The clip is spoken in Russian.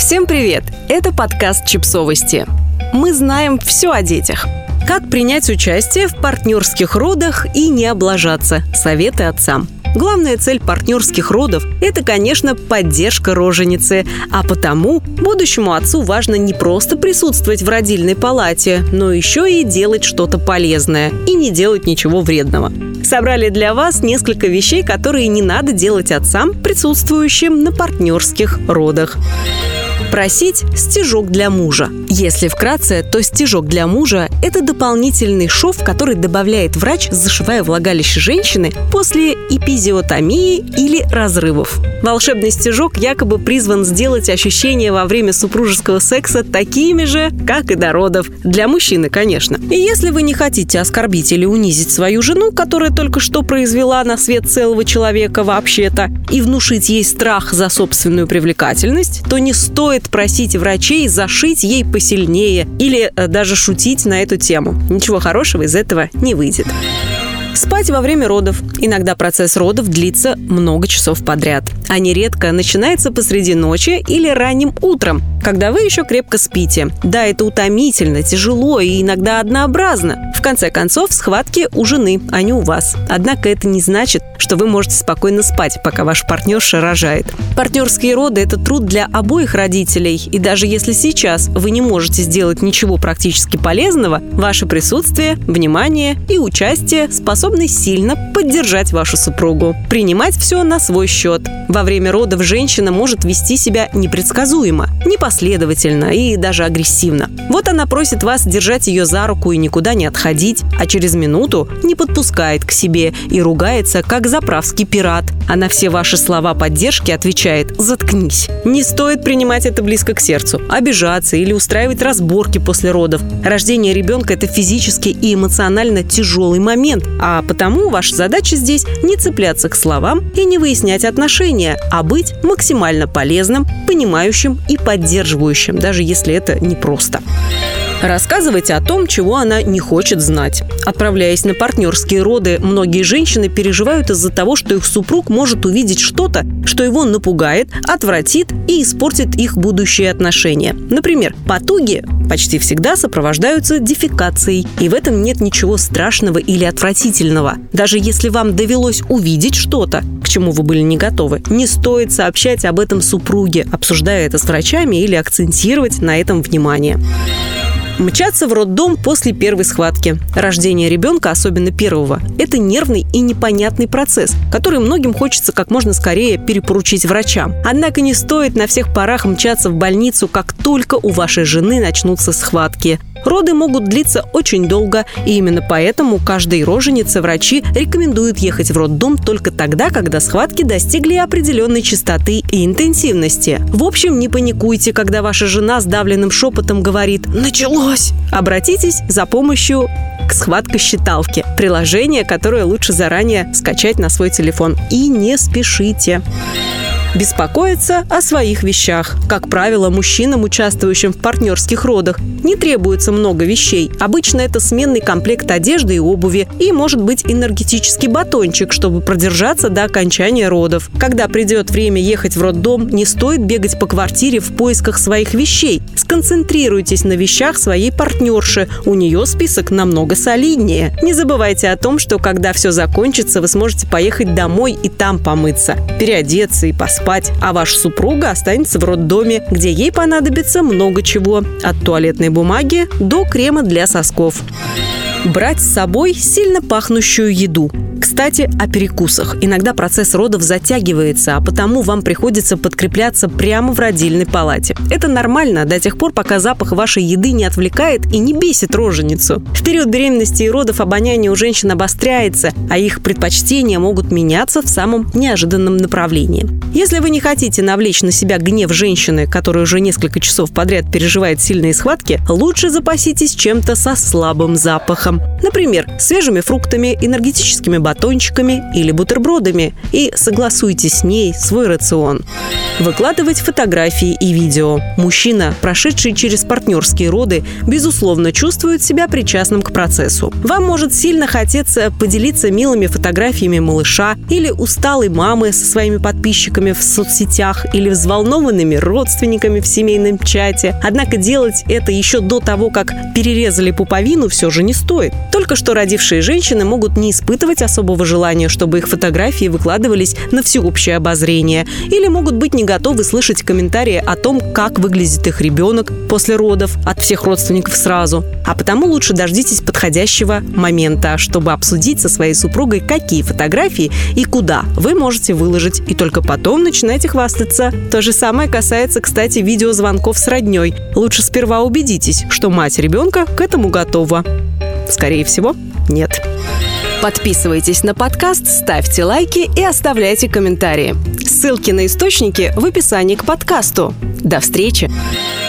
Всем привет! Это подкаст «Чипсовости». Мы знаем все о детях. Как принять участие в партнерских родах и не облажаться? Советы отцам. Главная цель партнерских родов – это, конечно, поддержка роженицы. А потому будущему отцу важно не просто присутствовать в родильной палате, но еще и делать что-то полезное и не делать ничего вредного. Собрали для вас несколько вещей, которые не надо делать отцам, присутствующим на партнерских родах. Просить стежок для мужа. Если вкратце, то стежок для мужа – это дополнительный шов, который добавляет врач, зашивая влагалище женщины после эпизиотомии или разрывов. Волшебный стежок якобы призван сделать ощущения во время супружеского секса такими же, как и до родов. Для мужчины, конечно. И если вы не хотите оскорбить или унизить свою жену, которая только что произвела на свет целого человека вообще-то, и внушить ей страх за собственную привлекательность, то не стоит просить врачей зашить ей посильнее или даже шутить на эту тему. Ничего хорошего из этого не выйдет. Спать во время родов. Иногда процесс родов длится много часов подряд. А нередко начинается посреди ночи или ранним утром, когда вы еще крепко спите. Да, это утомительно, тяжело и иногда однообразно. В конце концов, схватки у жены, а не у вас. Однако это не значит, что вы можете спокойно спать, пока ваш партнерша рожает. Партнерские роды – это труд для обоих родителей. И даже если сейчас вы не можете сделать ничего практически полезного, ваше присутствие, внимание и участие способны сильно поддержать вашу супругу. Принимать все на свой счет. Во время родов женщина может вести себя непредсказуемо, непоследовательно и даже агрессивно. Вот она просит вас держать ее за руку и никуда не отходить, а через минуту не подпускает к себе и ругается, как заправский пират. А на все ваши слова поддержки отвечает «заткнись». Не стоит принимать это близко к сердцу, обижаться или устраивать разборки после родов. Рождение ребенка – это физически и эмоционально тяжелый момент, а потому ваша задача здесь не цепляться к словам и не выяснять отношения, а быть максимально полезным, понимающим и поддерживающим, даже если это непросто. Рассказывайте о том, чего она не хочет знать. Отправляясь на партнерские роды, многие женщины переживают из-за того, что их супруг может увидеть что-то, что его напугает, отвратит и испортит их будущие отношения. Например, потуги почти всегда сопровождаются дефекацией, и в этом нет ничего страшного или отвратительного. Даже если вам довелось увидеть что-то, к чему вы были не готовы, не стоит сообщать об этом супруге, обсуждая это с врачами или акцентировать на этом внимание. Мчаться в роддом после первой схватки. Рождение ребенка, особенно первого, это нервный и непонятный процесс, который многим хочется как можно скорее перепоручить врачам. Однако не стоит на всех парах мчаться в больницу, как только у вашей жены начнутся схватки. Роды могут длиться очень долго, и именно поэтому каждой роженице врачи рекомендуют ехать в роддом только тогда, когда схватки достигли определенной частоты и интенсивности. В общем, не паникуйте, когда ваша жена сдавленным шепотом говорит «началось!». Обратитесь за помощью к схваткосчиталке, приложение, которое лучше заранее скачать на свой телефон. И не спешите. Беспокоиться о своих вещах. Как правило, мужчинам, участвующим в партнерских родах, не требуется много вещей. Обычно это сменный комплект одежды и обуви, и, может быть, энергетический батончик, чтобы продержаться до окончания родов. Когда придет время ехать в роддом, не стоит бегать по квартире в поисках своих вещей. Сконцентрируйтесь на вещах своей партнерши. У нее список намного солиднее. Не забывайте о том, что когда все закончится, вы сможете поехать домой и там помыться, переодеться и поспать. А ваша супруга останется в роддоме, где ей понадобится много чего. От туалетной бумаги до крема для сосков. Брать с собой сильно пахнущую еду. Кстати, о перекусах. Иногда процесс родов затягивается, а потому вам приходится подкрепляться прямо в родильной палате. Это нормально до тех пор, пока запах вашей еды не отвлекает и не бесит роженицу. В период беременности и родов обоняние у женщин обостряется, а их предпочтения могут меняться в самом неожиданном направлении. Если вы не хотите навлечь на себя гнев женщины, которая уже несколько часов подряд переживает сильные схватки, лучше запаситесь чем-то со слабым запахом. Например, свежими фруктами, энергетическими батончиками, батончиками или бутербродами и согласуйте с ней свой рацион. Выкладывать фотографии и видео. Мужчина, прошедший через партнерские роды, безусловно, чувствует себя причастным к процессу. Вам может сильно хотеться поделиться милыми фотографиями малыша или усталой мамы со своими подписчиками в соцсетях или взволнованными родственниками в семейном чате. Однако делать это еще до того, как перерезали пуповину, все же не стоит. Только что родившие женщины могут не испытывать особого желания, чтобы их фотографии выкладывались на всеобщее обозрение, или могут быть не готовы слышать комментарии о том, как выглядит их ребенок после родов от всех родственников сразу. А потому лучше дождитесь подходящего момента, чтобы обсудить со своей супругой, какие фотографии и куда вы можете выложить, и только потом начинайте хвастаться. То же самое касается, кстати, видеозвонков с роднёй. Лучше сперва убедитесь, что мать ребенка к этому готова. Скорее всего, нет. Подписывайтесь на подкаст, ставьте лайки и оставляйте комментарии. Ссылки на источники в описании к подкасту. До встречи!